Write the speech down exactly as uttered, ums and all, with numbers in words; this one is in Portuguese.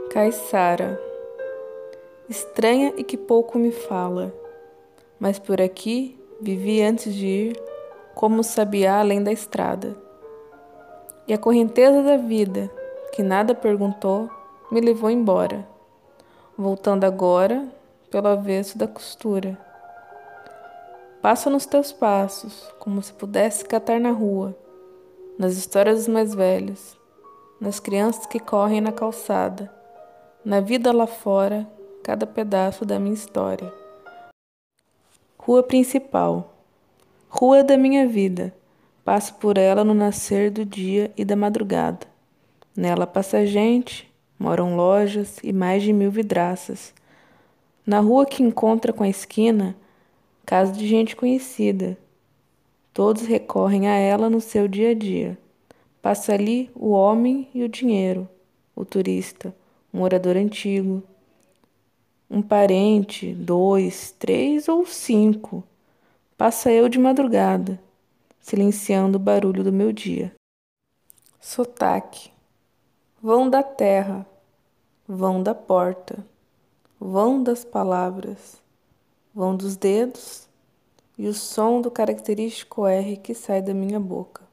Caiçara, estranha e que pouco me fala, mas por aqui vivi antes de ir, como sabiá além da estrada. E a correnteza da vida, que nada perguntou, me levou embora, voltando agora pelo avesso da costura. Passa nos teus passos, como se pudesse catar na rua, nas histórias dos mais velhos, nas crianças que correm na calçada, na vida lá fora, cada pedaço da minha história. Rua principal. Rua da minha vida. Passo por ela no nascer do dia e da madrugada. Nela passa gente, moram lojas e mais de mil vidraças. Na rua que encontra com a esquina, casa de gente conhecida. Todos recorrem a ela no seu dia a dia. Passa ali o homem e o dinheiro, o turista, o morador antigo, um parente, dois, três ou cinco. Passa eu de madrugada, silenciando o barulho do meu dia. Sotaque. Vão da terra, vão da porta, vão das palavras, vão dos dedos e o som do característico R que sai da minha boca.